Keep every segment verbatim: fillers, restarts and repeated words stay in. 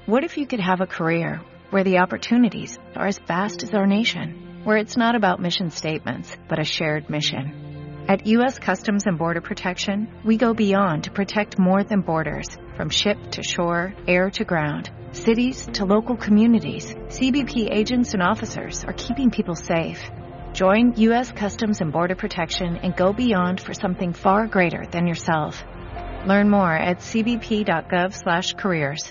What if you could have a career where the opportunities are as vast as our nation, where it's not about mission statements, but a shared mission? At U S Customs and Border Protection, we go beyond to protect more than borders. From ship to shore, air to ground, cities to local communities, C B P agents and officers are keeping people safe. Join U S Customs and Border Protection and go beyond for something far greater than yourself. Learn more at c b p dot gov slash careers.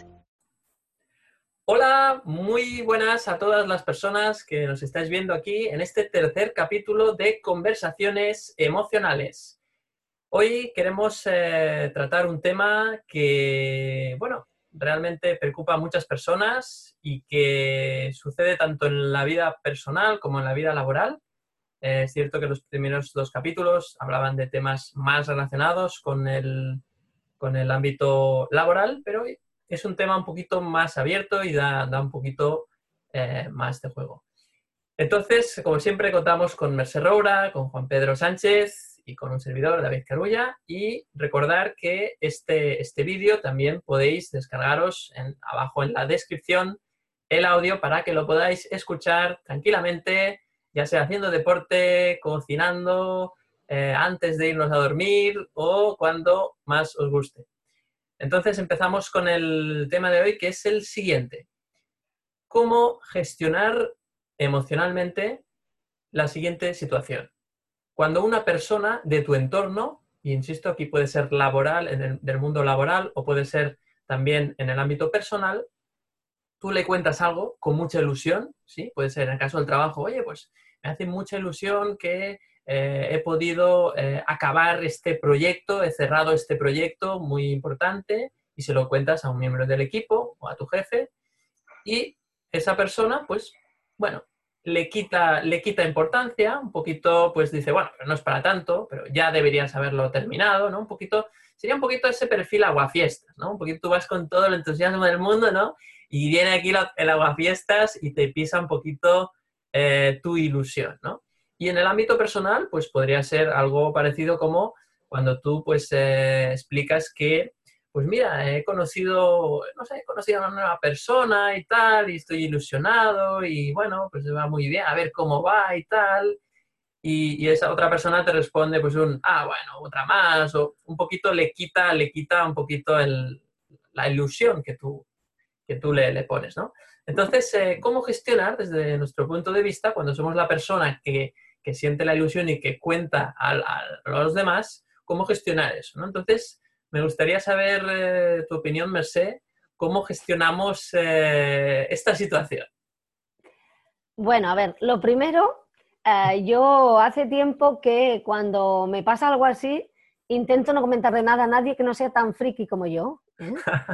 Hola, muy buenas a todas las personas que nos estáis viendo aquí en este tercer capítulo de Conversaciones Emocionales. Hoy queremos eh, tratar un tema que, bueno, realmente preocupa a muchas personas y que sucede tanto en la vida personal como en la vida laboral. Eh, es cierto que los primeros dos capítulos hablaban de temas más relacionados con el, con el ámbito laboral, pero hoy es un tema un poquito más abierto y da, da un poquito eh, más de juego. Entonces, como siempre, contamos con Mercè Roura, con Juan Pedro Sánchez y con un servidor, David Carulla. Y recordar que este, este vídeo también podéis descargaros en, abajo en la descripción el audio para que lo podáis escuchar tranquilamente, ya sea haciendo deporte, cocinando, eh, antes de irnos a dormir o cuando más os guste. Entonces empezamos con el tema de hoy, que es el siguiente. ¿Cómo gestionar emocionalmente la siguiente situación? Cuando una persona de tu entorno, y insisto, aquí puede ser laboral, en el del mundo laboral, o puede ser también en el ámbito personal, tú le cuentas algo con mucha ilusión, ¿sí? Puede ser en el caso del trabajo, oye, pues me hace mucha ilusión que Eh, he podido eh, acabar este proyecto, he cerrado este proyecto muy importante y se lo cuentas a un miembro del equipo o a tu jefe y esa persona, pues, bueno, le quita, le quita importancia, un poquito, pues dice, bueno, pero no es para tanto, pero ya deberías haberlo terminado, ¿no? Un poquito, sería un poquito ese perfil aguafiestas, ¿no? Un poquito tú vas con todo el entusiasmo del mundo, ¿no? Y viene aquí el aguafiestas y te pisa un poquito eh, tu ilusión, ¿no? Y en el ámbito personal, pues podría ser algo parecido como cuando tú, pues, eh, explicas que, pues mira, he conocido, no sé, he conocido a una nueva persona y tal, y estoy ilusionado, y bueno, pues va muy bien, a ver cómo va y tal. Y, y esa otra persona te responde, pues un, ah, bueno, otra más, o un poquito le quita, le quita un poquito el, la ilusión que tú, que tú le, le pones, ¿no? Entonces, eh, ¿cómo gestionar desde nuestro punto de vista cuando somos la persona que que siente la ilusión y que cuenta a, a, a los demás, cómo gestionar eso, ¿no? Entonces, me gustaría saber eh, tu opinión, Mercè, cómo gestionamos eh, esta situación. Bueno, a ver, lo primero, eh, yo hace tiempo que cuando me pasa algo así, intento no comentarle nada a nadie que no sea tan friki como yo. ¿eh?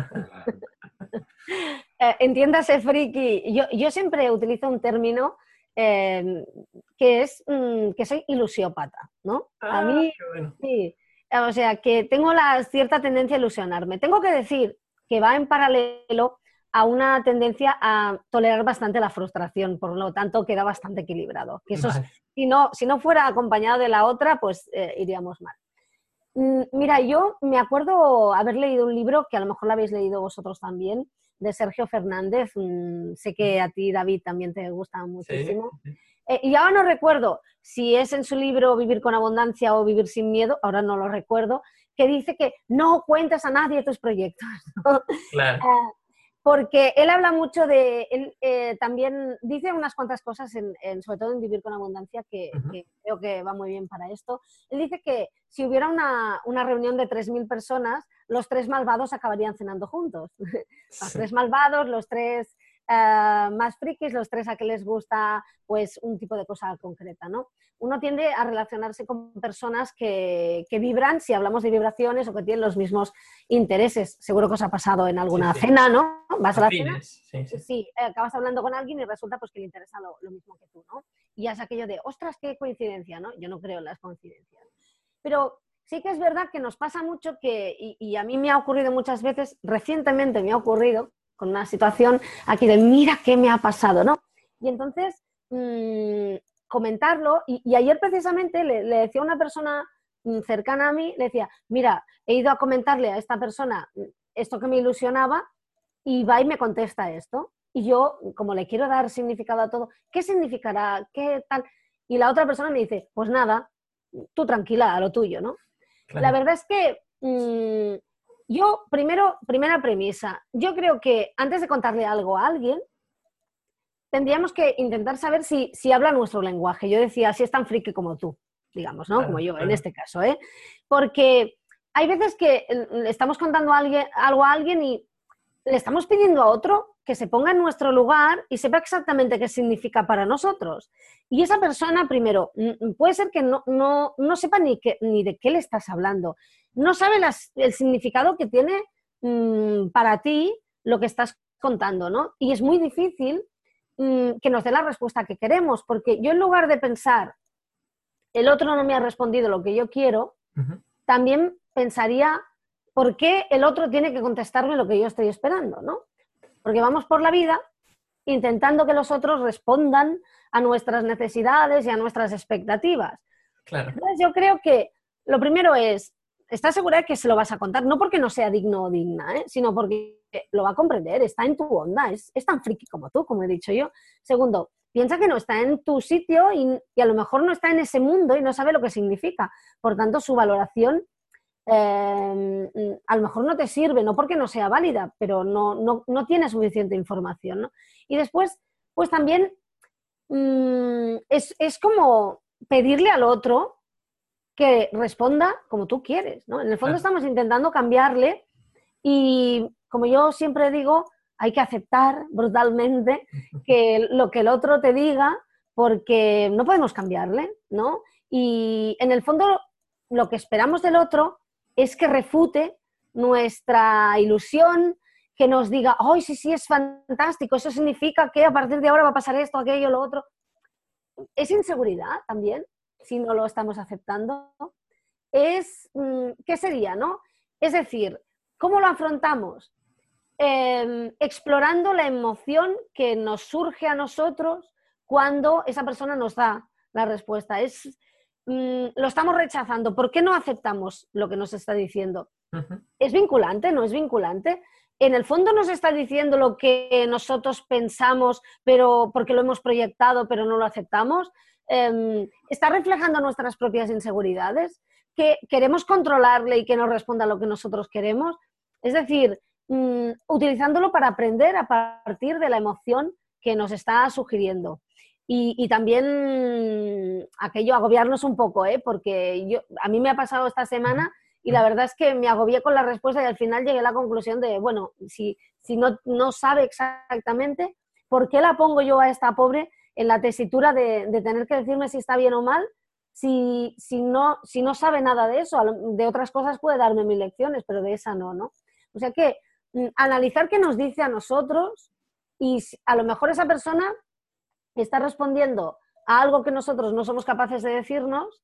eh, entiéndase friki. Yo, yo siempre utilizo un término Eh, que es mm, que soy ilusiópata, ¿no? Ah, a mí, bueno. sí, o sea, que tengo la cierta tendencia a ilusionarme. Tengo que decir que va en paralelo a una tendencia a tolerar bastante la frustración, por lo tanto queda bastante equilibrado. Que eso Vale. es, si, no, si no fuera acompañado de la otra, pues eh, iríamos mal. Mm, mira, yo me acuerdo haber leído un libro, que a lo mejor lo habéis leído vosotros también, de Sergio Fernández. Mm, sé que a ti, David, también te gusta muchísimo. Sí, sí. Eh, y ahora no recuerdo si es en su libro Vivir con Abundancia o Vivir sin Miedo, ahora no lo recuerdo, que dice que no cuentes a nadie tus proyectos, ¿no? Claro. Eh, porque él habla mucho de, él eh, también dice unas cuantas cosas, en, en, sobre todo en Vivir con Abundancia, que, uh-huh. que creo que va muy bien para esto. Él dice que si hubiera una, una reunión de tres mil personas, los tres malvados acabarían cenando juntos. Sí. Los tres malvados, los tres uh, más frikis, los tres a que les gusta pues un tipo de cosa concreta, ¿no? Uno tiende a relacionarse con personas que, que vibran, si hablamos de vibraciones, o que tienen los mismos intereses. Seguro que os ha pasado en alguna sí, sí. cena, ¿no? Vas a la cena, sí, sí. sí eh, acabas hablando con alguien y resulta pues, que le interesa lo, lo mismo que tú, ¿no? Y ya es aquello de, ostras, qué coincidencia, ¿no? Yo no creo en las coincidencias. Pero sí que es verdad que nos pasa mucho que, y, y a mí me ha ocurrido muchas veces, recientemente me ha ocurrido con una situación aquí de, mira qué me ha pasado, ¿no? Y entonces, mmm, comentarlo, y, y ayer precisamente le, le decía a una persona cercana a mí, le decía, mira, he ido a comentarle a esta persona esto que me ilusionaba y va y me contesta esto. Y yo, como le quiero dar significado a todo, ¿qué significará? ¿Qué tal? Y la otra persona me dice, pues nada, tú tranquila, a lo tuyo, ¿no? Claro. La verdad es que mmm, yo, primero, primera premisa, yo creo que antes de contarle algo a alguien, tendríamos que intentar saber si, si habla nuestro lenguaje. Yo decía, si es tan friki como tú, digamos, ¿no? Claro, Como yo, claro. en este caso, ¿eh? Porque hay veces que le estamos contando a alguien, algo a alguien y le estamos pidiendo a otro que se ponga en nuestro lugar y sepa exactamente qué significa para nosotros. Y esa persona, primero, puede ser que no, no, no sepa ni, que, ni de qué le estás hablando. No sabe las, el significado que tiene mmm, para ti lo que estás contando, ¿no? Y es muy difícil mmm, que nos dé la respuesta que queremos, porque yo en lugar de pensar, el otro no me ha respondido lo que yo quiero, uh-huh. también pensaría, ¿por qué el otro tiene que contestarme lo que yo estoy esperando, ¿no? Porque vamos por la vida intentando que los otros respondan a nuestras necesidades y a nuestras expectativas. Claro. Entonces yo creo que lo primero es, ¿estás segura de que se lo vas a contar? No porque no sea digno o digna, ¿eh? Sino porque lo va a comprender, está en tu onda, es, es tan friki como tú, como he dicho yo. Segundo, piensa que no está en tu sitio y, y a lo mejor no está en ese mundo y no sabe lo que significa. Por tanto, su valoración Eh, a lo mejor no te sirve, no porque no sea válida, pero no, no, no tiene suficiente información, ¿no? Y después, pues también mmm, es, es como pedirle al otro que responda como tú quieres, ¿no? En el fondo estamos intentando cambiarle y, como yo siempre digo, hay que aceptar brutalmente que lo que el otro te diga, porque no podemos cambiarle, ¿no? Y en el fondo lo que esperamos del otro es que refute nuestra ilusión, que nos diga, ¡ay, oh, sí, sí, es fantástico! Eso significa que a partir de ahora va a pasar esto, aquello, lo otro. Es inseguridad también, si no lo estamos aceptando. Es, ¿qué sería, no? Es decir, ¿cómo lo afrontamos? Eh, explorando la emoción que nos surge a nosotros cuando esa persona nos da la respuesta. Es... lo estamos rechazando. ¿Por qué no aceptamos lo que nos está diciendo? Uh-huh. ¿Es vinculante? ¿No es vinculante? En el fondo nos está diciendo lo que nosotros pensamos, pero porque lo hemos proyectado, pero no lo aceptamos. Eh, ¿Está reflejando nuestras propias inseguridades? ¿Que queremos controlarle y que nos responda lo que nosotros queremos? Es decir, um, utilizándolo para aprender a partir de la emoción que nos está sugiriendo. Y, y también aquello, agobiarnos un poco, ¿eh? Porque yo, a mí me ha pasado esta semana y la verdad es que me agobié con la respuesta y al final llegué a la conclusión de, bueno, si, si no, no sabe exactamente, ¿por qué la pongo yo a esta pobre en la tesitura de, de tener que decirme si está bien o mal? Si, si, no, si no sabe nada de eso, de otras cosas puede darme mil lecciones, pero de esa no, ¿no? O sea que analizar qué nos dice a nosotros y a lo mejor esa persona está respondiendo a algo que nosotros no somos capaces de decirnos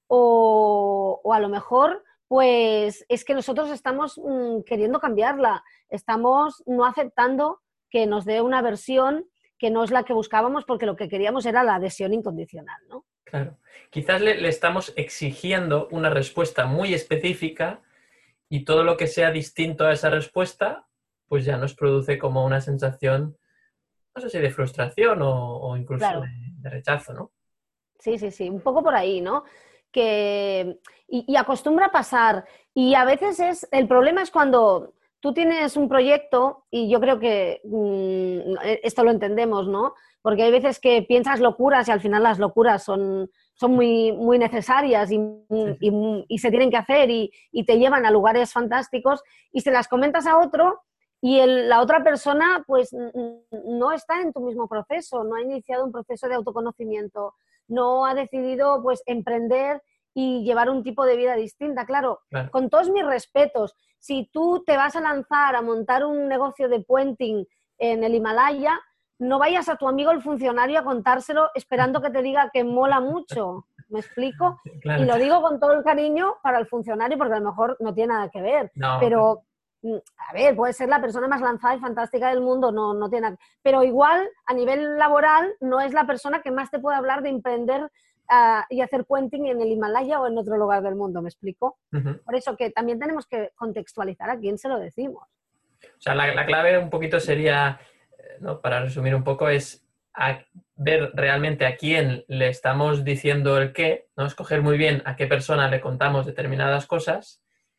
o, o a lo mejor pues es que nosotros estamos mmm, queriendo cambiarla, estamos no aceptando que nos dé una versión que no es la que buscábamos porque lo que queríamos era la adhesión incondicional, ¿no? Claro. Quizás le, le estamos exigiendo una respuesta muy específica y todo lo que sea distinto a esa respuesta pues ya nos produce como una sensación, no sé si de frustración o, o incluso claro. de, de rechazo, ¿no? Sí, sí, sí, un poco por ahí, ¿no? Que, y, y acostumbra a pasar. Y a veces es, el problema es cuando tú tienes un proyecto, y yo creo que mmm, esto lo entendemos, ¿no? Porque hay veces que piensas locuras y al final las locuras son, son muy, muy necesarias y, sí, sí. y, y se tienen que hacer y, y te llevan a lugares fantásticos y se las comentas a otro y el, la otra persona pues no está en tu mismo proceso, no ha iniciado un proceso de autoconocimiento, no ha decidido pues emprender y llevar un tipo de vida distinta. Claro, claro, con todos mis respetos, si tú te vas a lanzar a montar un negocio de puenting en el Himalaya, no vayas a tu amigo el funcionario a contárselo esperando que te diga que mola mucho, ¿me explico? Claro. Y lo digo con todo el cariño para el funcionario porque a lo mejor no tiene nada que ver, no, pero... A ver, puede ser la persona más lanzada y fantástica del mundo, no, no tiene nada. Pero igual, a nivel laboral, no es la persona que más te puede hablar de emprender uh, y hacer puenting en el Himalaya o en otro lugar del mundo, ¿me explico? Uh-huh. Por eso que también tenemos que contextualizar a quién se lo decimos. O sea, la, la clave un poquito sería, eh, ¿no? Para resumir un poco, es a ver realmente a quién le estamos diciendo el qué, ¿no? Escoger muy bien a qué persona le contamos determinadas cosas.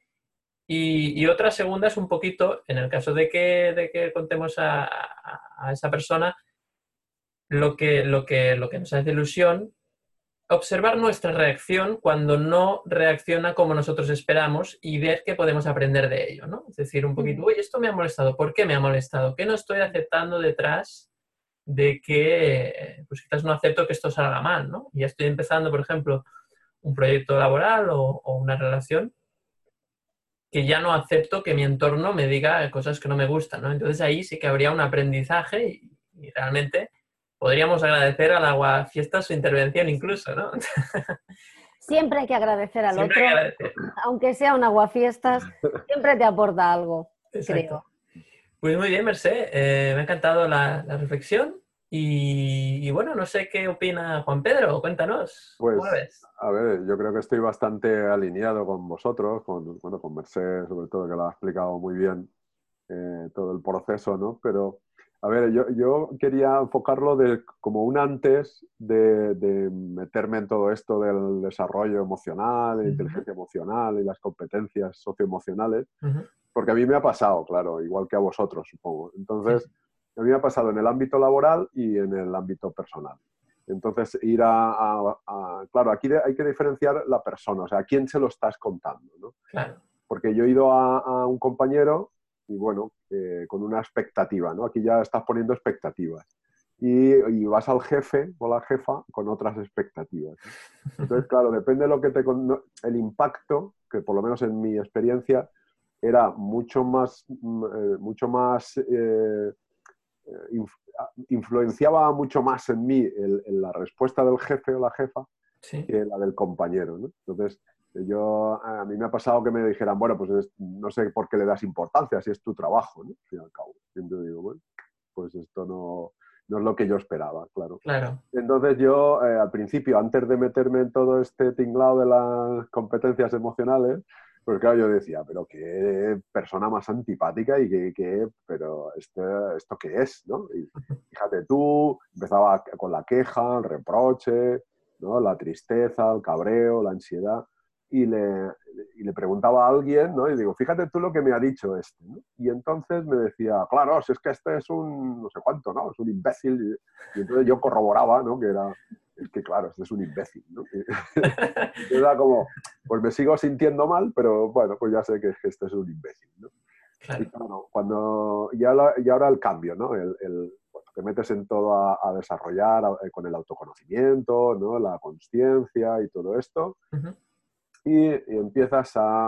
Y, y otra segunda es un poquito, en el caso de que, de que contemos a, a- a esa persona lo que, lo que, lo que nos hace ilusión, observar nuestra reacción cuando no reacciona como nosotros esperamos y ver qué podemos aprender de ello, ¿no? Es decir, un poquito, Ujú. uy, esto me ha molestado, ¿por qué me ha molestado? ¿Qué no estoy aceptando detrás de que, eh, pues quizás no acepto que esto salga mal, ¿no? Y ya estoy empezando, por ejemplo, un proyecto laboral o, o una relación que ya no acepto que mi entorno me diga cosas que no me gustan, ¿no? Entonces ahí sí que habría un aprendizaje y, y realmente podríamos agradecer al aguafiestas su intervención incluso, ¿no? Siempre hay que agradecer al Siempre hay que otro, agradecer. aunque sea un aguafiestas, siempre te aporta algo, Exacto. creo. Pues muy bien, Mercé. Eh, me ha encantado la, la reflexión y, y bueno, no sé qué opina Juan Pedro. Cuéntanos, ¿cómo lo Pues, ves? a ver, yo creo que estoy bastante alineado con vosotros, con, bueno, con Merced, sobre todo, que lo ha explicado muy bien eh, todo el proceso, ¿no? Pero, a ver, yo, yo quería enfocarlo de, como un antes de, de meterme en todo esto del desarrollo emocional, de Ujú, inteligencia emocional y las competencias socioemocionales, ujú. porque a mí me ha pasado, claro, igual que a vosotros, supongo. Sí, Entonces, a mí me ha pasado en el ámbito laboral y en el ámbito personal. Entonces, ir a, a- a- claro, aquí de- hay que diferenciar la persona, o sea, a quién se lo estás contando, ¿no? claro. Porque yo he ido a, a un compañero y, bueno, eh, con una expectativa, ¿no? Aquí ya estás poniendo expectativas. Y, y vas al jefe o la jefa con otras expectativas, ¿no? Entonces, claro, depende de lo que te... con- no- el impacto, que por lo menos en mi experiencia, era mucho más, mm, eh, mucho más eh, inf- influenciaba mucho más en mí el- el- la respuesta del jefe o la jefa Sí, que la del compañero, ¿no? Entonces, yo, a mí me ha pasado que me dijeran, bueno, pues es- no sé por qué le das importancia, si es tu trabajo, ¿no? Al fin y al cabo. Y yo digo, bueno, pues esto no, no es lo que yo esperaba, claro. claro. Entonces yo, eh, al principio, antes de meterme en todo este tinglado de las competencias emocionales, pues claro, yo decía, pero qué persona más antipática y qué, qué pero este, ¿esto qué es? ¿No? Y fíjate tú, empezaba con la queja, el reproche, ¿no? La tristeza, el cabreo, la ansiedad, y le, y le preguntaba a alguien, ¿no? Y digo, fíjate tú lo que me ha dicho este, ¿no? Y entonces me decía, claro, si es que este es un no sé cuánto, ¿no? Es un imbécil. Y entonces yo corroboraba, ¿no? Que era, es que claro, este es un imbécil, ¿no? Y, entonces era como, pues me sigo sintiendo mal, pero bueno, pues ya sé que este es un imbécil, ¿no? Y Claro. claro, cuando, y ahora, y ahora el cambio, ¿no? El, el, bueno, te metes en todo a, a desarrollar a, con el autoconocimiento, ¿no? La consciencia y todo esto, Ujú. y, y empiezas a,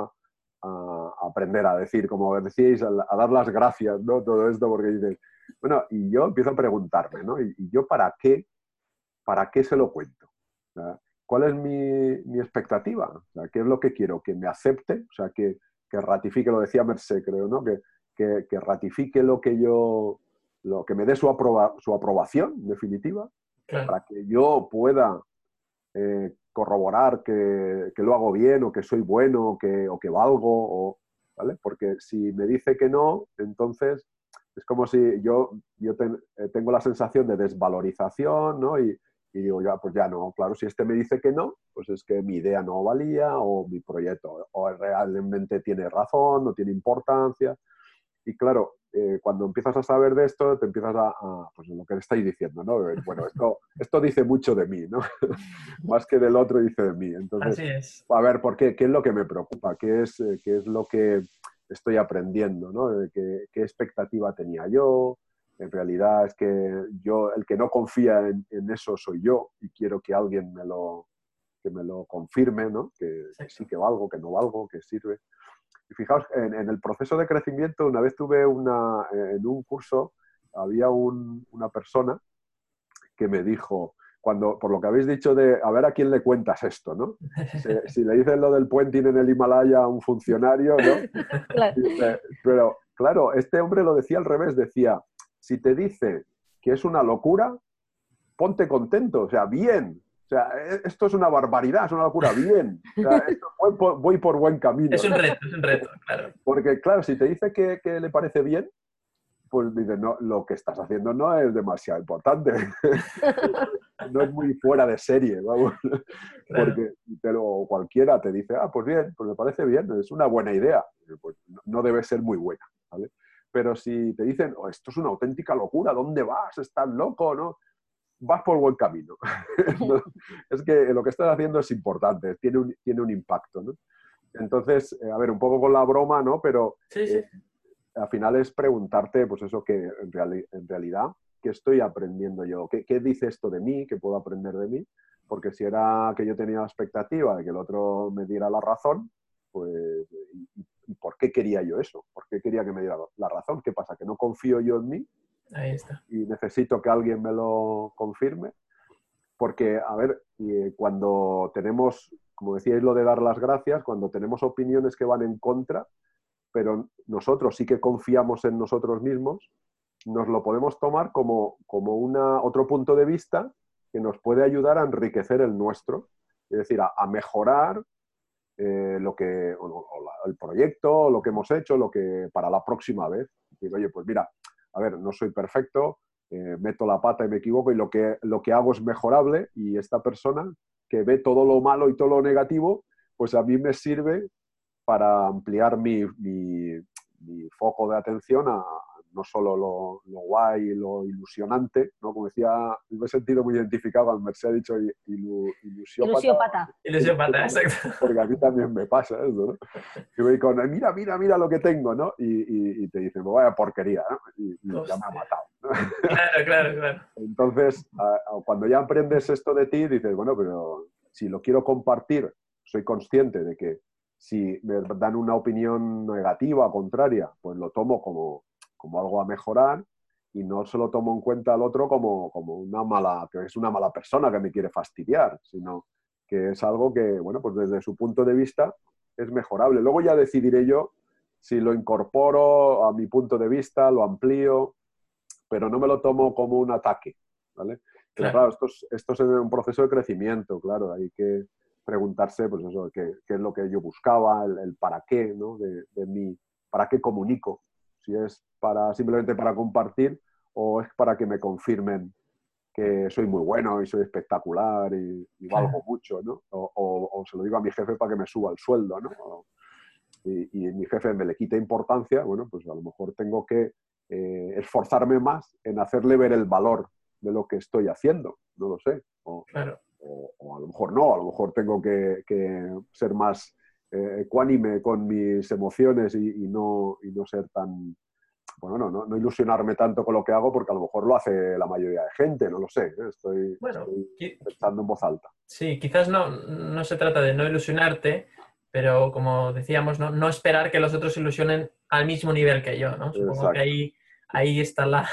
a, aprender a decir, como decíais, a, a dar las gracias, ¿no? Todo esto, porque dices, bueno, y yo empiezo a preguntarme, ¿no? ¿Y, y yo para qué, para qué se lo cuento? O sea, ¿cuál es mi, mi expectativa? O sea, ¿qué es lo que quiero? ¿Que me acepte? O sea, que, que ratifique, lo decía Mercé, creo, ¿no? Que, que, que ratifique lo que yo, lo que me dé su, aproba, su aprobación, en definitiva, Claro. para que yo pueda eh, corroborar que, que, lo hago bien o que soy bueno o que, o que valgo, o, ¿vale? Porque si me dice que no, entonces es como si yo, yo ten, eh, tengo la sensación de desvalorización, ¿no? Y, y digo, ya, pues ya no, claro, si este me dice que no, pues es que mi idea no valía o mi proyecto o realmente tiene razón, no tiene importancia. Y claro, eh, cuando empiezas a saber de esto, te empiezas a, a pues lo que estáis diciendo, ¿no? Bueno, esto, esto dice mucho de mí, ¿no? Más que del otro dice de mí. Entonces, Así es. a ver, ¿por qué? ¿Qué es lo que me preocupa? ¿Qué es, eh, qué es lo que estoy aprendiendo, ¿no? ¿Qué, qué expectativa tenía yo? En realidad es que yo, el que no confía en, en eso soy yo y quiero que alguien me lo, que me lo confirme, ¿no? Que, que sí que valgo, que no valgo, que sirve. Y fijaos, en, en el proceso de crecimiento, una vez tuve una, en un curso, había un, una persona que me dijo, cuando, por lo que habéis dicho de, a ver a quién le cuentas esto, ¿no? Si, si le dices lo del puenting en el Himalaya a un funcionario, ¿no? Claro. Dice, pero claro, este hombre lo decía al revés, decía, si te dice que es una locura, ponte contento, o sea, bien, O sea, esto es una barbaridad, es una locura. Bien, o sea, esto, voy, por, voy por buen camino. Es un reto, es un reto, claro. Porque, claro, si te dice que, que le parece bien, pues dices, no, lo que estás haciendo no es demasiado importante. No es muy fuera de serie, vamos. Claro. Porque pero cualquiera te dice, ah, pues bien, pues me parece bien, es una buena idea. Pues no debe ser muy buena, ¿vale? Pero si te dicen, oh, esto es una auténtica locura, ¿dónde vas? ¿Estás loco? ¿No? Vas por buen camino. ¿No? Es que lo que estás haciendo es importante, tiene un, tiene un impacto, ¿no? Entonces, eh, a ver, un poco con la broma, ¿no? Pero Sí, sí. eh, al final es preguntarte, pues eso, que en, reali en realidad, ¿qué estoy aprendiendo yo? ¿Qué, ¿Qué dice esto de mí? ¿Qué puedo aprender de mí? Porque si era que yo tenía la expectativa de que el otro me diera la razón, pues, ¿y, y por qué quería yo eso? ¿Por qué quería que me diera la razón? ¿Qué pasa? ¿Que no confío yo en mí? Ahí está. Y necesito que alguien me lo confirme. Porque, a ver, y cuando tenemos, como decíais lo de dar las gracias, cuando tenemos opiniones que van en contra, pero nosotros sí que confiamos en nosotros mismos, nos lo podemos tomar como, como una, otro punto de vista que nos puede ayudar a enriquecer el nuestro. Es decir, a, a mejorar eh, lo que, o, o la, el proyecto, lo que hemos hecho, lo que para la próxima vez. Digo, oye, pues mira, a ver, no soy perfecto, eh, meto la pata y me equivoco y lo que, lo que hago es mejorable y esta persona que ve todo lo malo y todo lo negativo, pues a mí me sirve para ampliar mi, mi, mi foco de atención a no solo lo, lo guay y lo ilusionante, ¿no? Como decía, me he sentido muy identificado cuando me se ha dicho ilu, ilusiópata. Ilusiópata. Ilusiópata, exacto. Porque a mí también me pasa eso, ¿no? Que voy con, mira, mira, mira lo que tengo, ¿no? Y, y, y te dicen, vaya porquería, ¿no? Y, y ya me ha matado, ¿no? Claro, claro, claro. Entonces, a, a, cuando ya aprendes esto de ti, dices, bueno, pero si lo quiero compartir, soy consciente de que si me dan una opinión negativa o contraria, pues lo tomo como, como algo a mejorar y no se lo tomo en cuenta al otro como, como una mala, que es una mala persona que me quiere fastidiar, sino que es algo que, bueno, pues desde su punto de vista es mejorable. Luego ya decidiré yo si lo incorporo a mi punto de vista, lo amplío, pero no me lo tomo como un ataque, ¿vale? Pero claro, esto es, esto es un proceso de crecimiento, claro, hay que preguntarse, pues eso, qué, qué es lo que yo buscaba, el, el para qué, ¿no? De, de mí, para qué comunico, si es para simplemente para compartir o es para que me confirmen que soy muy bueno y soy espectacular y, y valgo claro. mucho, ¿no? O, o, o se lo digo a mi jefe para que me suba el sueldo, ¿no? O, y, y mi jefe me le quita importancia, bueno, pues a lo mejor tengo que eh, esforzarme más en hacerle ver el valor de lo que estoy haciendo, no lo sé. O, claro. o, o a lo mejor no, a lo mejor tengo que, que ser más eh, ecuánime con mis emociones y, y, no, y no ser tan... Bueno, no, no, no ilusionarme tanto con lo que hago porque a lo mejor lo hace la mayoría de gente, no lo sé, ¿eh? estoy, bueno, estoy pensando en voz alta. Sí, quizás no, no se trata de no ilusionarte, pero como decíamos, no, no esperar que los otros se ilusionen al mismo nivel que yo, ¿no? Supongo Exacto. que ahí, ahí está la,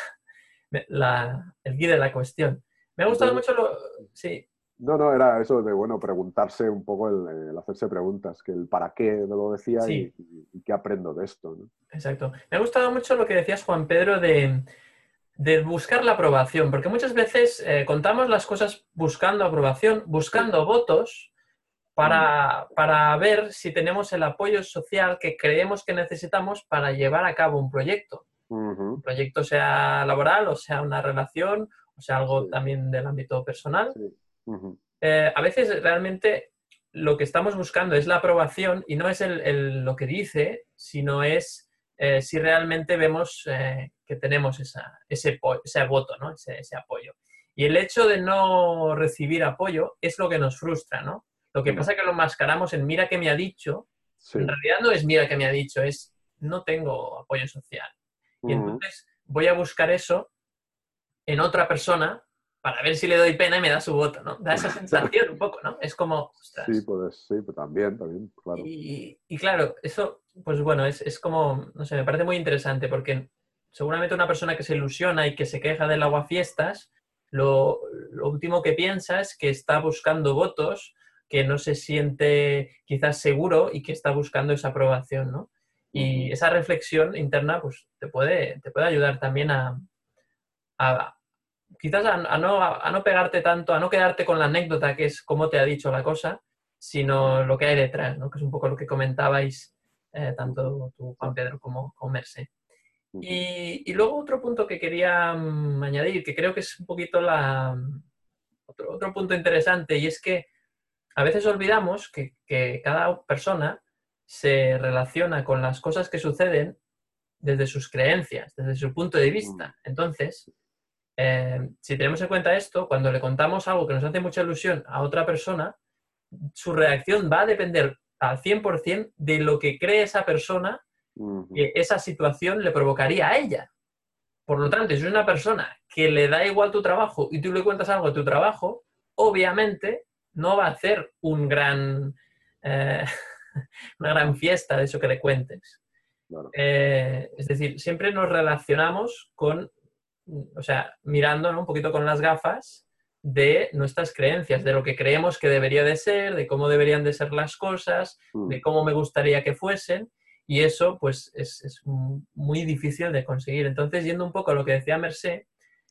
la, el guía de la cuestión. Me ha gustado Entonces, mucho lo... Sí. No, no, era eso de, bueno, preguntarse un poco, el, el hacerse preguntas, que el para qué me lo decía sí. y, y, y qué aprendo de esto, ¿no? Exacto. Me ha gustado mucho lo que decías, Juan Pedro, de, de buscar la aprobación, porque muchas veces eh, contamos las cosas buscando aprobación, buscando sí. votos para, para ver si tenemos el apoyo social que creemos que necesitamos para llevar a cabo un proyecto. Uh-huh. Un proyecto sea laboral, o sea una relación, o sea algo sí. también del ámbito personal. Sí. Uh-huh. eh, a veces realmente lo que estamos buscando es la aprobación y no es el, el, lo que dice, sino es eh, si realmente vemos eh, que tenemos esa, ese, ese voto, ¿no? ese, ese apoyo. Y el hecho de no recibir apoyo es lo que nos frustra, ¿no? Lo que pasa es que lo mascaramos en mira que me ha dicho, sí. En realidad no es mira que me ha dicho, es no tengo apoyo social. Uh-huh. Y entonces voy a buscar eso en otra persona para ver si le doy pena y me da su voto, ¿no? Da esa sensación un poco, ¿no? Es como, ostras. Sí, pues sí, pues también, también, claro. Y, y claro, eso, pues bueno, es, es como, no sé, me parece muy interesante porque seguramente una persona que se ilusiona y que se queja del aguafiestas, lo, lo último que piensa es que está buscando votos, que no se siente quizás seguro y que está buscando esa aprobación, ¿no? Y esa reflexión interna, pues te puede, te puede ayudar también a, a quizás a, a, no, a no pegarte tanto, a no quedarte con la anécdota que es cómo te ha dicho la cosa, sino lo que hay detrás, ¿no? Que es un poco lo que comentabais eh, tanto tú, Juan Pedro, como, como Mercé. Y, y luego otro punto que quería um, añadir, que creo que es un poquito la, otro, otro punto interesante, y es que a veces olvidamos que, que cada persona se relaciona con las cosas que suceden desde sus creencias, desde su punto de vista. Entonces, eh, si tenemos en cuenta esto, cuando le contamos algo que nos hace mucha ilusión a otra persona, su reacción va a depender al cien por ciento de lo que cree esa persona que esa situación le provocaría a ella. Por lo tanto, si es una persona que le da igual tu trabajo y tú le cuentas algo de tu trabajo, obviamente no va a hacer un gran, eh, una gran fiesta de eso que le cuentes. Claro. Eh, es decir, siempre nos relacionamos con, o sea, mirando, ¿no?, un poquito con las gafas de nuestras creencias, de lo que creemos que debería de ser, de cómo deberían de ser las cosas, mm. de cómo me gustaría que fuesen, y eso pues es, es muy difícil de conseguir. Entonces, yendo un poco a lo que decía Mercé,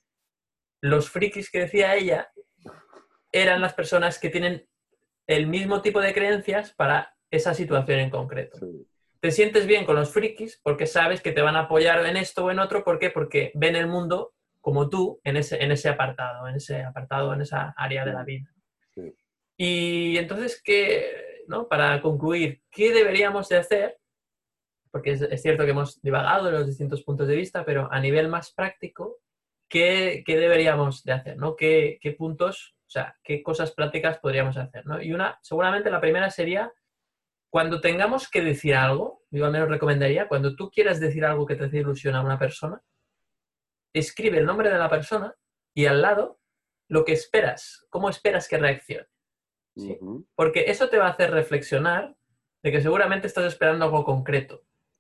los frikis que decía ella eran las personas que tienen el mismo tipo de creencias para esa situación en concreto. Sí. Te sientes bien con los frikis porque sabes que te van a apoyar en esto o en otro. ¿Por qué? Porque ven el mundo como tú en ese, en ese apartado, en ese apartado, en esa área de la vida. Sí. Y entonces, ¿qué, ¿no? Para concluir, ¿qué deberíamos de hacer? Porque es, es cierto que hemos divagado en los distintos puntos de vista, pero a nivel más práctico, ¿qué, qué deberíamos de hacer, ¿no? ¿Qué, qué puntos, o sea, qué cosas prácticas podríamos hacer, ¿no? Y una, seguramente la primera sería, cuando tengamos que decir algo, yo al menos recomendaría, cuando tú quieras decir algo que te hace ilusión a una persona, escribe el nombre de la persona y al lado lo que esperas, cómo esperas que reaccione. ¿Sí? Uh-huh. Porque eso te va a hacer reflexionar de que seguramente estás esperando algo concreto.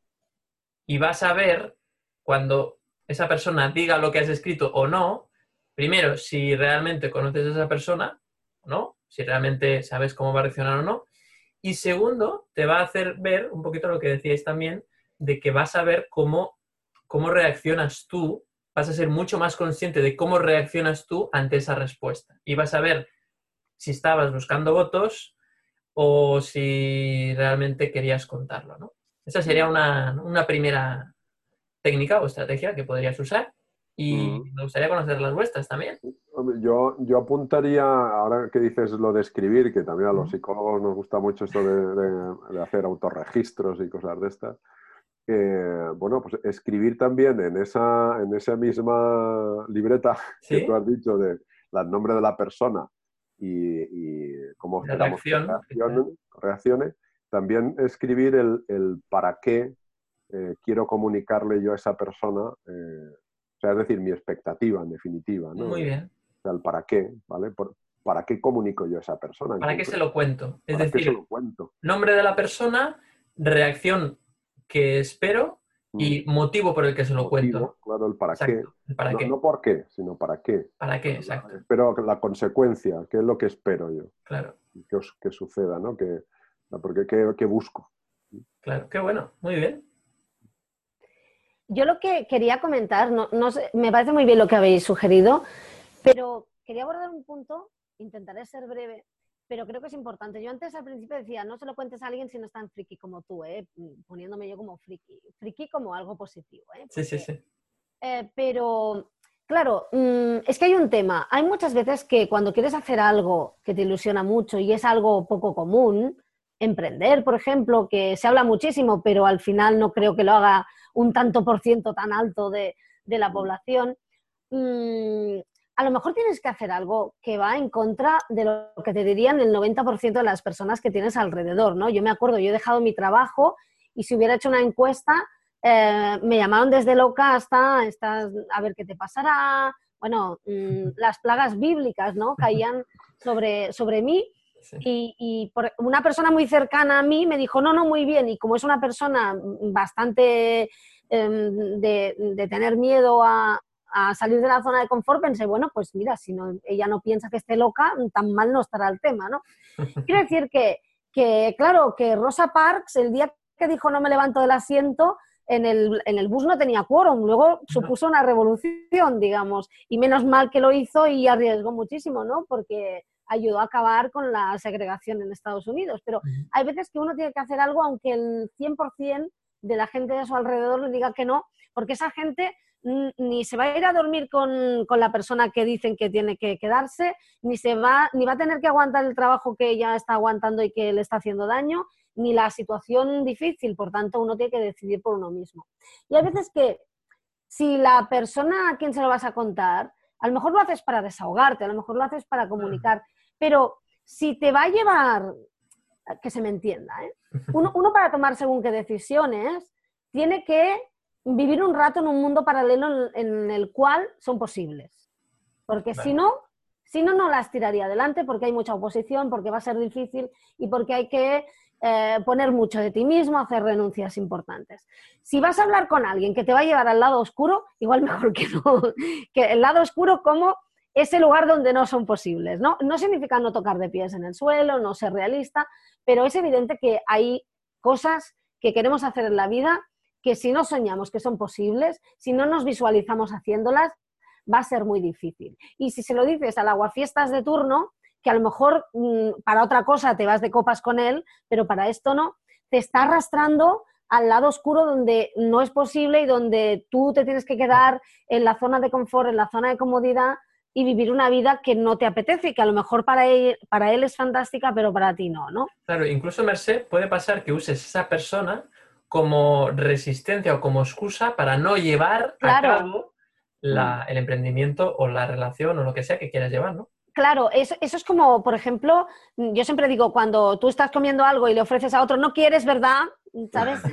Y vas a ver, cuando esa persona diga lo que has escrito o no, primero, si realmente conoces a esa persona o no, si realmente sabes cómo va a reaccionar o no. Y segundo, te va a hacer ver un poquito lo que decíais también, de que vas a ver cómo, cómo reaccionas tú, vas a ser mucho más consciente de cómo reaccionas tú ante esa respuesta. Y vas a ver si estabas buscando votos o si realmente querías contarlo, ¿no? Esa sería una, una primera técnica o estrategia que podrías usar y mm. me gustaría conocer las vuestras también. Yo, yo apuntaría, ahora que dices lo de escribir, que también a los psicólogos nos gusta mucho esto de, de, de hacer autorregistros y cosas de estas, eh, bueno, pues escribir también en esa, en esa misma libreta ¿Sí? que tú has dicho de el nombre de la persona y, y cómo esperamos que reaccione, reaccione. También escribir el, el para qué eh, quiero comunicarle yo a esa persona, eh, o sea, es decir, mi expectativa en definitiva, ¿no? Muy bien. O sea, el para qué, ¿vale? Por, ¿para qué comunico yo a esa persona? ¿Para qué se lo cuento? Es ¿Para decir, qué se lo cuento? Nombre de la persona, reacción que espero y motivo por el que se lo motivo, cuento. Claro, el para exacto, qué. El para no, qué. No por qué, sino para qué. ¿Para qué? Exacto. Pero la consecuencia, ¿qué es lo que espero yo? Claro. Que, os, que suceda, ¿no? Que, porque ¿qué, qué busco? Claro, qué bueno, muy bien. Yo lo que quería comentar, no, no sé, me parece muy bien lo que habéis sugerido, pero quería abordar un punto, intentaré ser breve, pero creo que es importante. Yo antes al principio decía, no se lo cuentes a alguien si no es tan friki como tú, ¿eh? Poniéndome yo como friki. Friki como algo positivo, ¿eh? Porque, sí, sí, sí. Eh, pero, claro, mmm, es que hay un tema. Hay muchas veces que cuando quieres hacer algo que te ilusiona mucho y es algo poco común, emprender, por ejemplo, que se habla muchísimo, pero al final no creo que lo haga un tanto por ciento tan alto de, de la población, mmm, a lo mejor tienes que hacer algo que va en contra de lo que te dirían el noventa por ciento de las personas que tienes alrededor, ¿no? Yo me acuerdo, yo he dejado mi trabajo y si hubiera hecho una encuesta, eh, me llamaron desde loca hasta, hasta a ver qué te pasará. Bueno, mmm, las plagas bíblicas, ¿no? Caían sobre, sobre mí. Sí. Y, y por una persona muy cercana a mí me dijo, no, no, muy bien. Y como es una persona bastante eh, de, de tener miedo a, a salir de la zona de confort, pensé, bueno, pues mira, si no, ella no piensa que esté loca, tan mal no estará el tema, ¿no? Quiero decir que, que, claro, que Rosa Parks, el día que dijo no me levanto del asiento, en el, en el bus no tenía quórum, luego supuso una revolución, digamos, y menos mal que lo hizo y arriesgó muchísimo, ¿no? Porque ayudó a acabar con la segregación en Estados Unidos, pero hay veces que uno tiene que hacer algo aunque el cien por ciento de la gente de su alrededor le diga que no, porque esa gente ni se va a ir a dormir con, con la persona que dicen que tiene que quedarse, ni, se va, ni va a tener que aguantar el trabajo que ella está aguantando y que le está haciendo daño, ni la situación difícil, por tanto uno tiene que decidir por uno mismo. Y hay veces que si la persona a quien se lo vas a contar, a lo mejor lo haces para desahogarte, a lo mejor lo haces para comunicar, pero si te va a llevar, que se me entienda, ¿eh? uno, uno para tomar según qué decisiones tiene que vivir un rato en un mundo paralelo en, en el cual son posibles. Porque vale. si no, si no, no las tiraría adelante porque hay mucha oposición, porque va a ser difícil y porque hay que eh, poner mucho de ti mismo, hacer renuncias importantes. Si vas a hablar con alguien que te va a llevar al lado oscuro, igual mejor que no. Que el lado oscuro como ese lugar donde no son posibles, ¿no? No significa no tocar de pies en el suelo, no ser realista, pero es evidente que hay cosas que queremos hacer en la vida que si no soñamos que son posibles, si no nos visualizamos haciéndolas, va a ser muy difícil. Y si se lo dices al aguafiestas de turno, que a lo mejor mmm, para otra cosa te vas de copas con él, pero para esto no, te está arrastrando al lado oscuro donde no es posible y donde tú te tienes que quedar en la zona de confort, en la zona de comodidad y vivir una vida que no te apetece y que a lo mejor para él, para él es fantástica, pero para ti no, ¿no? Claro, incluso, Mercè, puede pasar que uses esa persona como resistencia o como excusa para no llevar claro. a cabo la, el emprendimiento o la relación o lo que sea que quieras llevar, ¿no? Claro, eso, eso es como, por ejemplo, yo siempre digo, cuando tú estás comiendo algo y le ofreces a otro, no quieres, ¿verdad? ¿Sabes?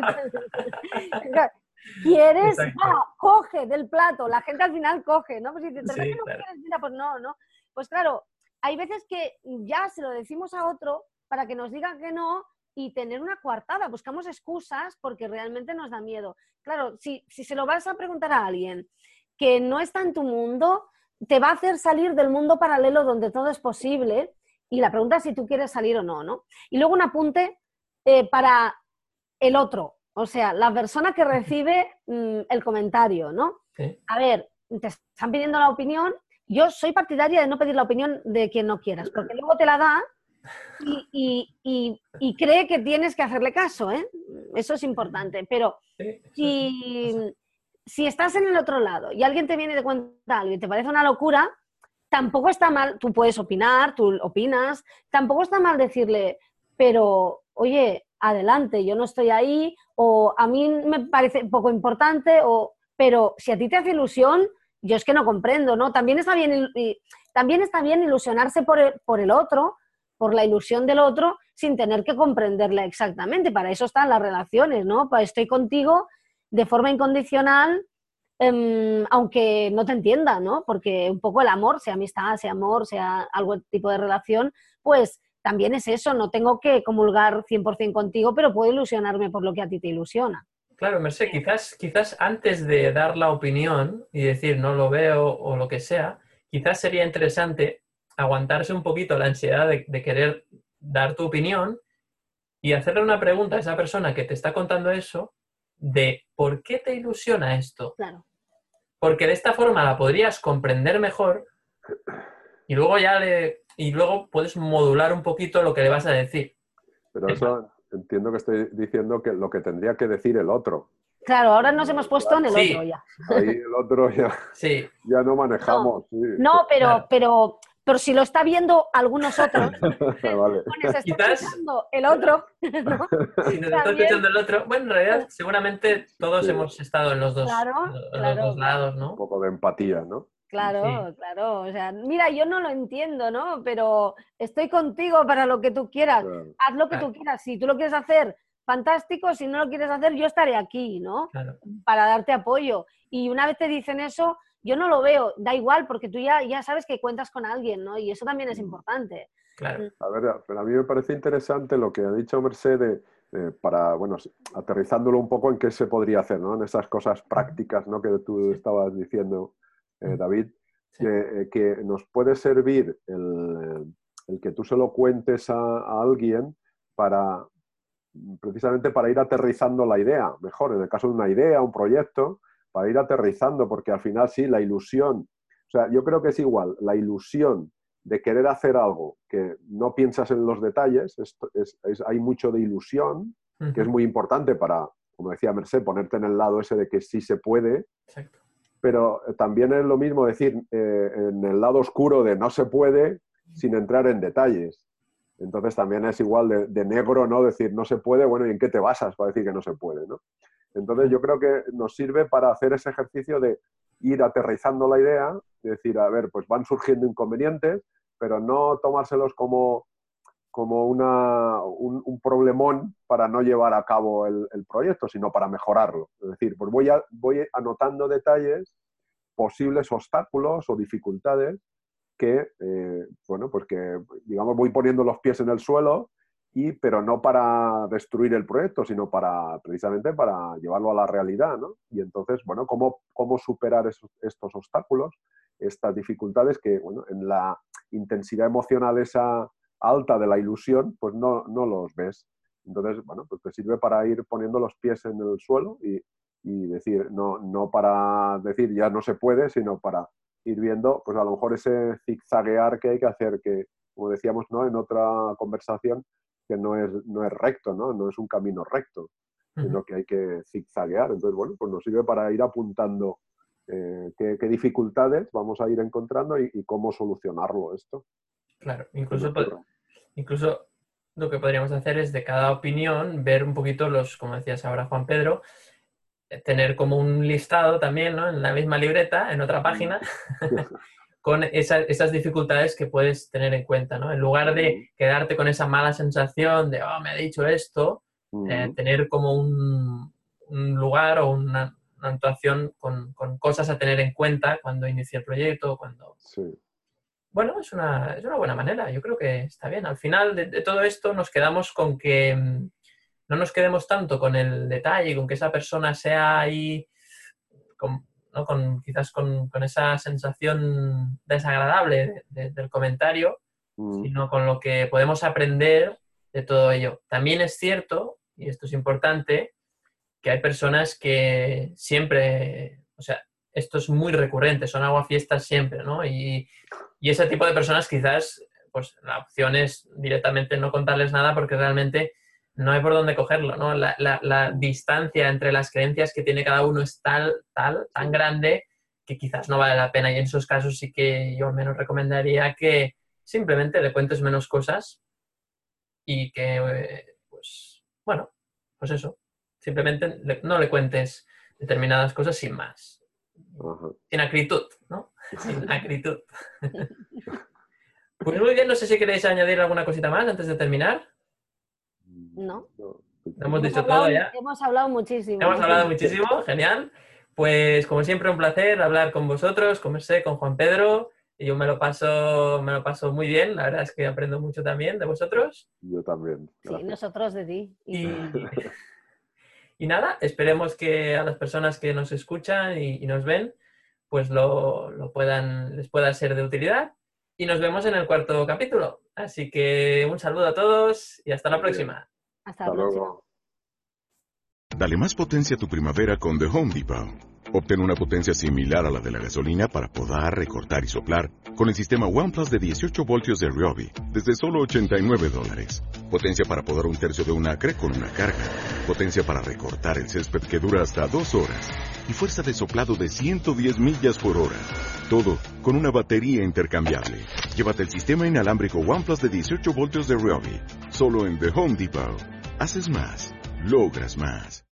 ¿Quieres? Ah, coge del plato. La gente al final coge, ¿no? Pues si dices, ¿verdad sí, que no claro. quieres? Mira, pues no, ¿no? Pues claro, hay veces que ya se lo decimos a otro para que nos diga que no y tener una coartada. Buscamos excusas porque realmente nos da miedo. Claro, si, si se lo vas a preguntar a alguien que no está en tu mundo, te va a hacer salir del mundo paralelo donde todo es posible y la pregunta es si tú quieres salir o no, ¿no? Y luego un apunte eh, para el otro, o sea, la persona que recibe mmm, el comentario, ¿no? ¿Sí? A ver, te están pidiendo la opinión, yo soy partidaria de no pedir la opinión de quien no quieras, porque luego te la da y, y, y, y cree que tienes que hacerle caso, ¿eh? Eso es importante, pero sí, si... Sí. Si estás en el otro lado y alguien te viene y te cuenta algo y te parece una locura, tampoco está mal, tú puedes opinar, tú opinas, tampoco está mal decirle, pero, oye, adelante, yo no estoy ahí, o a mí me parece poco importante, o, pero si a ti te hace ilusión, yo es que no comprendo, ¿no? También está bien, también está bien ilusionarse por el, por el otro, por la ilusión del otro, sin tener que comprenderla exactamente. Para eso están las relaciones, ¿no? Pues estoy contigo de forma incondicional, eh, aunque no te entienda, ¿no? Porque un poco el amor, sea amistad, sea amor, sea algún tipo de relación, pues también es eso, no tengo que comulgar cien por ciento contigo, pero puedo ilusionarme por lo que a ti te ilusiona. Claro, Mercè, quizás, quizás antes de dar la opinión y decir no lo veo o lo que sea, quizás sería interesante aguantarse un poquito la ansiedad de, de querer dar tu opinión y hacerle una pregunta a esa persona que te está contando eso de ¿por qué te ilusiona esto? Claro. Porque de esta forma la podrías comprender mejor y luego ya le y luego puedes modular un poquito lo que le vas a decir. Pero eso entiendo que estoy diciendo que lo que tendría que decir el otro. Claro, ahora nos hemos puesto claro. en el sí. otro ya. Ahí el otro ya, sí. ya no manejamos. No, sí. no pero, claro. pero, pero si lo está viendo algunos otros, vale. pones, está quizás escuchando el otro, ¿no? Si nos está escuchando el otro, bueno, en realidad seguramente todos sí. hemos estado en los dos, claro, en claro. los dos lados, ¿no? Un poco de empatía, ¿no? Claro, sí. claro. O sea, mira, yo no lo entiendo, ¿no? Pero estoy contigo para lo que tú quieras. Claro. Haz lo que claro. tú quieras. Si tú lo quieres hacer, fantástico. Si no lo quieres hacer, yo estaré aquí, ¿no? Claro. Para darte apoyo. Y una vez te dicen eso, yo no lo veo. Da igual, porque tú ya, ya sabes que cuentas con alguien, ¿no? Y eso también es importante. Claro. A ver, pero a mí me parece interesante lo que ha dicho Mercè de, eh, para, bueno, aterrizándolo un poco en qué se podría hacer, ¿no? En esas cosas prácticas, ¿no? Que tú estabas diciendo, eh, David, sí. que, que nos puede servir el, el que tú se lo cuentes a, a alguien para precisamente para ir aterrizando la idea, mejor, en el caso de una idea, un proyecto, para ir aterrizando, porque al final sí, la ilusión, o sea, yo creo que es igual, la ilusión de querer hacer algo que no piensas en los detalles, es, es, es, hay mucho de ilusión, uh-huh. que es muy importante para, como decía Mercé, ponerte en el lado ese de que sí se puede. Exacto. Pero también es lo mismo decir eh, en el lado oscuro de no se puede sin entrar en detalles. Entonces también es igual de, de negro, ¿no? Decir no se puede, bueno, ¿y en qué te basas para decir que no se puede, ¿no? Entonces yo creo que nos sirve para hacer ese ejercicio de ir aterrizando la idea, de decir, a ver, pues van surgiendo inconvenientes, pero no tomárselos como, como una, un, un problemón para no llevar a cabo el, el proyecto, sino para mejorarlo. Es decir, pues voy, a, voy anotando detalles, posibles obstáculos o dificultades que, eh, bueno, pues que, digamos, voy poniendo los pies en el suelo, y, pero no para destruir el proyecto, sino para, precisamente para llevarlo a la realidad, ¿no? Y entonces, bueno, ¿cómo, cómo superar esos, estos obstáculos, estas dificultades que, bueno, en la intensidad emocional esa alta de la ilusión, pues no, no los ves. Entonces, bueno, pues te sirve para ir poniendo los pies en el suelo y, y decir, no, no para decir ya no se puede, sino para ir viendo, pues a lo mejor ese zigzaguear que hay que hacer, que, como decíamos, ¿no?, en otra conversación, que no es, no es recto, ¿no? No es un camino recto, sino que hay que zigzaguear. Entonces, bueno, pues nos sirve para ir apuntando eh, qué, qué dificultades vamos a ir encontrando y, y cómo solucionarlo esto. Claro, incluso, incluso lo que podríamos hacer es de cada opinión ver un poquito los, como decías ahora Juan Pedro, tener como un listado también, ¿no?, en la misma libreta, en otra página, con esa, esas dificultades que puedes tener en cuenta, ¿no? En lugar de quedarte con esa mala sensación de, oh, me ha dicho esto, uh-huh. eh, tener como un, un lugar o una, una actuación con, con cosas a tener en cuenta cuando inicie el proyecto, cuando... Sí. Bueno, es una, es una buena manera, yo creo que está bien. Al final de, de todo esto nos quedamos con que no nos quedemos tanto con el detalle, con que esa persona sea ahí... Con, ¿no? Con, quizás con, con esa sensación desagradable de, de, del comentario, mm. sino con lo que podemos aprender de todo ello. También es cierto, y esto es importante, que hay personas que siempre, o sea, esto es muy recurrente, son aguafiestas siempre, ¿no? Y, y ese tipo de personas quizás, pues la opción es directamente no contarles nada porque realmente no hay por dónde cogerlo, ¿no? La, la, la distancia entre las creencias que tiene cada uno es tal, tal, tan grande que quizás no vale la pena. Y en esos casos sí que yo al menos recomendaría que simplemente le cuentes menos cosas y que, pues, bueno, pues eso. Simplemente le, no le cuentes determinadas cosas sin más. Uh-huh. Sin acritud, ¿no? Sin acritud. Pues muy bien, no sé si queréis añadir alguna cosita más antes de terminar. No. Lo hemos dicho hablado, todo ya. Hemos hablado muchísimo. Hemos hablado muchísimo, genial. Pues como siempre un placer hablar con vosotros, con Mercé, con Juan Pedro. Y yo me lo paso, me lo paso muy bien. La verdad es que aprendo mucho también de vosotros. Yo también. Gracias. Sí, nosotros de ti. Y, y nada, esperemos que a las personas que nos escuchan y, y nos ven, pues lo, lo puedan, les pueda ser de utilidad. Y nos vemos en el cuarto capítulo. Así que un saludo a todos y hasta la próxima. Hasta la próxima. Dale más potencia a tu primavera con The Home Depot. Obtén una potencia similar a la de la gasolina para podar, recortar y soplar con el sistema OnePlus de dieciocho voltios de Ryobi desde solo ochenta y nueve dólares. Potencia para podar un tercio de un acre con una carga. Potencia para recortar el césped que dura hasta dos horas. Y fuerza de soplado de ciento diez millas por hora. Todo con una batería intercambiable. Llévate el sistema inalámbrico OnePlus de dieciocho voltios de Ryobi. Solo en The Home Depot. Haces más. Logras más.